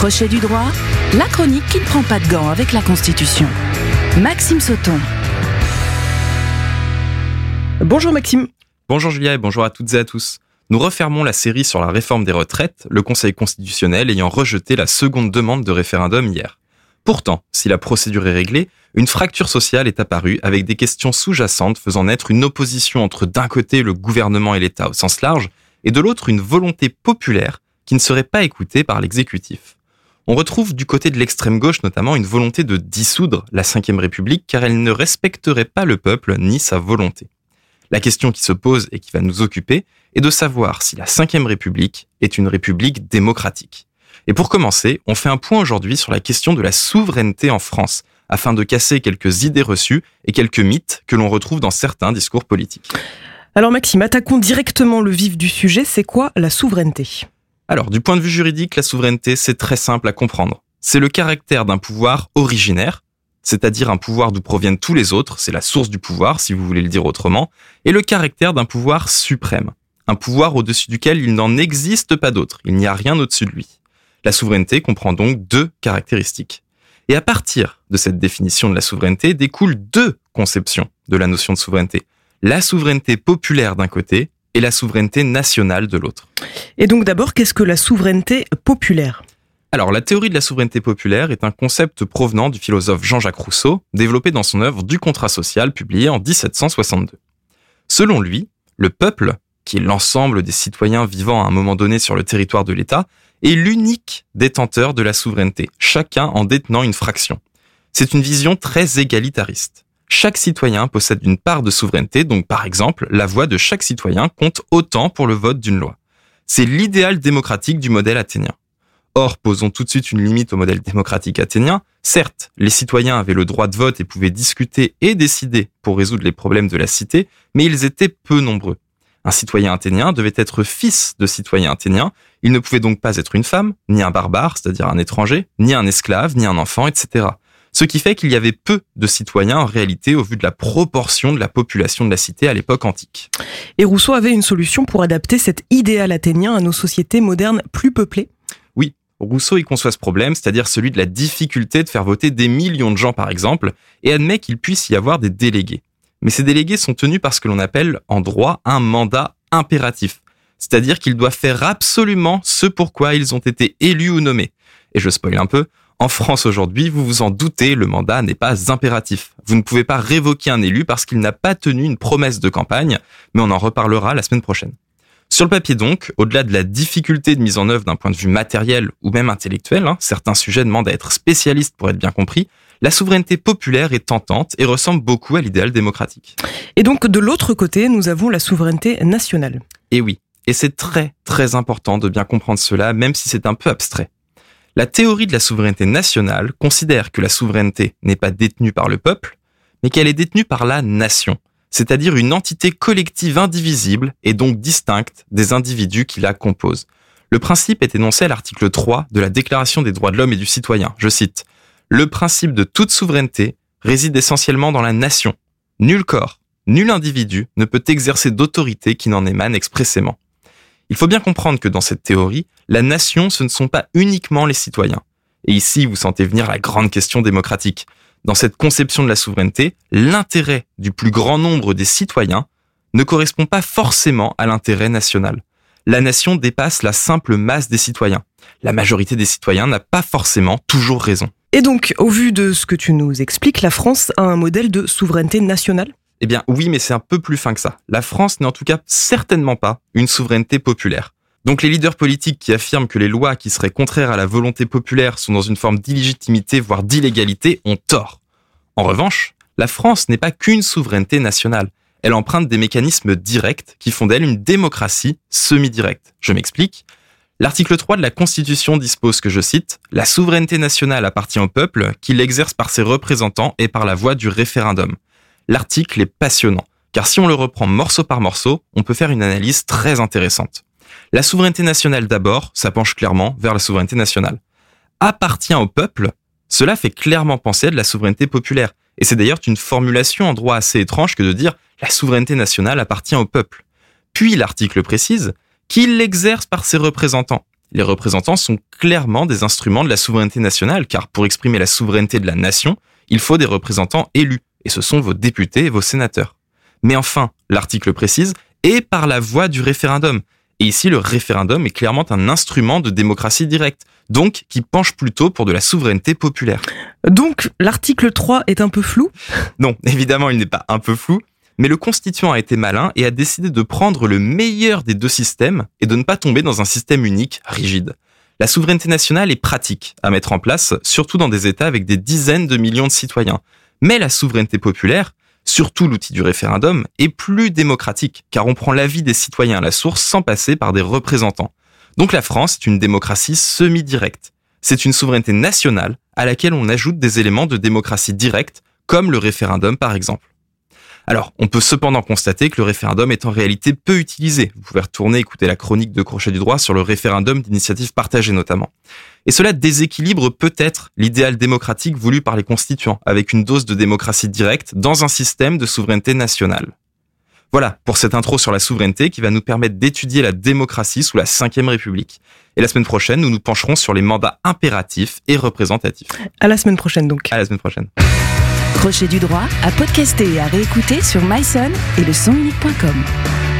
crochet du droit, la chronique qui ne prend pas de gants avec la Constitution. Maxime Sauton. Bonjour Maxime. Bonjour Julia et bonjour à toutes et à tous. Nous refermons la série sur la réforme des retraites, le Conseil constitutionnel ayant rejeté la seconde demande de référendum hier. Pourtant, si la procédure est réglée, une fracture sociale est apparue avec des questions sous-jacentes faisant naître une opposition entre d'un côté le gouvernement et l'État au sens large, et de l'autre une volonté populaire qui ne serait pas écoutée par l'exécutif. On retrouve du côté de l'extrême gauche notamment une volonté de dissoudre la Ve République car elle ne respecterait pas le peuple ni sa volonté. La question qui se pose et qui va nous occuper est de savoir si la Ve République est une république démocratique. Et pour commencer, on fait un point aujourd'hui sur la question de la souveraineté en France, afin de casser quelques idées reçues et quelques mythes que l'on retrouve dans certains discours politiques. Alors Maxime, attaquons directement le vif du sujet, c'est quoi la souveraineté ? Alors, du point de vue juridique, la souveraineté, c'est très simple à comprendre. C'est le caractère d'un pouvoir originaire, c'est-à-dire un pouvoir d'où proviennent tous les autres, c'est la source du pouvoir, si vous voulez le dire autrement, et le caractère d'un pouvoir suprême, un pouvoir au-dessus duquel il n'en existe pas d'autre, il n'y a rien au-dessus de lui. La souveraineté comprend donc deux caractéristiques. Et à partir de cette définition de la souveraineté découlent deux conceptions de la notion de souveraineté. La souveraineté populaire d'un côté et la souveraineté nationale de l'autre. Et donc d'abord, qu'est-ce que la souveraineté populaire ? Alors, la théorie de la souveraineté populaire est un concept provenant du philosophe Jean-Jacques Rousseau, développé dans son œuvre Du contrat social, publiée en 1762. Selon lui, le peuple, qui est l'ensemble des citoyens vivant à un moment donné sur le territoire de l'État, est l'unique détenteur de la souveraineté, chacun en détenant une fraction. C'est une vision très égalitariste. Chaque citoyen possède une part de souveraineté, donc par exemple, la voix de chaque citoyen compte autant pour le vote d'une loi. C'est l'idéal démocratique du modèle athénien. Or, posons tout de suite une limite au modèle démocratique athénien. Certes, les citoyens avaient le droit de vote et pouvaient discuter et décider pour résoudre les problèmes de la cité, mais ils étaient peu nombreux. Un citoyen athénien devait être fils de citoyen athénien, il ne pouvait donc pas être une femme, ni un barbare, c'est-à-dire un étranger, ni un esclave, ni un enfant, etc. Ce qui fait qu'il y avait peu de citoyens en réalité au vu de la proportion de la population de la cité à l'époque antique. Et Rousseau avait une solution pour adapter cet idéal athénien à nos sociétés modernes plus peuplées ? Oui, Rousseau y conçoit ce problème, c'est-à-dire celui de la difficulté de faire voter des millions de gens par exemple, et admet qu'il puisse y avoir des délégués. Mais ces délégués sont tenus par ce que l'on appelle en droit un mandat impératif, c'est-à-dire qu'ils doivent faire absolument ce pourquoi ils ont été élus ou nommés. Et je spoil un peu, en France aujourd'hui, vous vous en doutez, le mandat n'est pas impératif. Vous ne pouvez pas révoquer un élu parce qu'il n'a pas tenu une promesse de campagne, mais on en reparlera la semaine prochaine. Sur le papier donc, au-delà de la difficulté de mise en œuvre d'un point de vue matériel ou même intellectuel, certains sujets demandent à être spécialistes pour être bien compris, la souveraineté populaire est tentante et ressemble beaucoup à l'idéal démocratique. Et donc de l'autre côté, nous avons la souveraineté nationale. Et oui, et c'est très très important de bien comprendre cela, même si c'est un peu abstrait. La théorie de la souveraineté nationale considère que la souveraineté n'est pas détenue par le peuple, mais qu'elle est détenue par la nation, c'est-à-dire une entité collective indivisible et donc distincte des individus qui la composent. Le principe est énoncé à l'article 3 de la Déclaration des droits de l'homme et du citoyen. Je cite « Le principe de toute souveraineté réside essentiellement dans la nation. Nul corps, nul individu ne peut exercer d'autorité qui n'en émane expressément. » Il faut bien comprendre que dans cette théorie, la nation, ce ne sont pas uniquement les citoyens. Et ici, vous sentez venir la grande question démocratique. Dans cette conception de la souveraineté, l'intérêt du plus grand nombre des citoyens ne correspond pas forcément à l'intérêt national. La nation dépasse la simple masse des citoyens. La majorité des citoyens n'a pas forcément toujours raison. Et donc, au vu de ce que tu nous expliques, la France a un modèle de souveraineté nationale ? Eh bien oui, mais c'est un peu plus fin que ça. La France n'est en tout cas certainement pas une souveraineté populaire. Donc les leaders politiques qui affirment que les lois qui seraient contraires à la volonté populaire sont dans une forme d'illégitimité, voire d'illégalité, ont tort. En revanche, la France n'est pas qu'une souveraineté nationale. Elle emprunte des mécanismes directs qui font d'elle une démocratie semi-directe. Je m'explique. L'article 3 de la Constitution dispose que, je cite, « La souveraineté nationale appartient au peuple, qui l'exerce par ses représentants et par la voie du référendum ». L'article est passionnant, car si on le reprend morceau par morceau, on peut faire une analyse très intéressante. La souveraineté nationale d'abord, ça penche clairement vers la souveraineté nationale. Appartient au peuple, cela fait clairement penser à de la souveraineté populaire. Et c'est d'ailleurs une formulation en droit assez étrange que de dire « la souveraineté nationale appartient au peuple ». Puis l'article précise qu'il l'exerce par ses représentants. Les représentants sont clairement des instruments de la souveraineté nationale, car pour exprimer la souveraineté de la nation, il faut des représentants élus, et ce sont vos députés et vos sénateurs. Mais enfin, l'article précise, et par la voie du référendum. Et ici, le référendum est clairement un instrument de démocratie directe, donc qui penche plutôt pour de la souveraineté populaire. Donc, l'article 3 est un peu flou ? Non, évidemment, il n'est pas un peu flou, mais le constituant a été malin et a décidé de prendre le meilleur des deux systèmes et de ne pas tomber dans un système unique, rigide. La souveraineté nationale est pratique à mettre en place, surtout dans des États avec des dizaines de millions de citoyens. Mais la souveraineté populaire, surtout l'outil du référendum, est plus démocratique, car on prend l'avis des citoyens à la source sans passer par des représentants. Donc la France est une démocratie semi-directe. C'est une souveraineté nationale à laquelle on ajoute des éléments de démocratie directe, comme le référendum par exemple. Alors, on peut cependant constater que le référendum est en réalité peu utilisé. Vous pouvez retourner écouter la chronique de Crochet du Droit sur le référendum d'initiative partagée notamment. Et cela déséquilibre peut-être l'idéal démocratique voulu par les constituants, avec une dose de démocratie directe dans un système de souveraineté nationale. Voilà pour cette intro sur la souveraineté qui va nous permettre d'étudier la démocratie sous la Ve République. Et la semaine prochaine, nous nous pencherons sur les mandats impératifs et représentatifs. À la semaine prochaine donc. À la semaine prochaine. Crochet du droit à podcaster et à réécouter sur myson et le sonunique.com.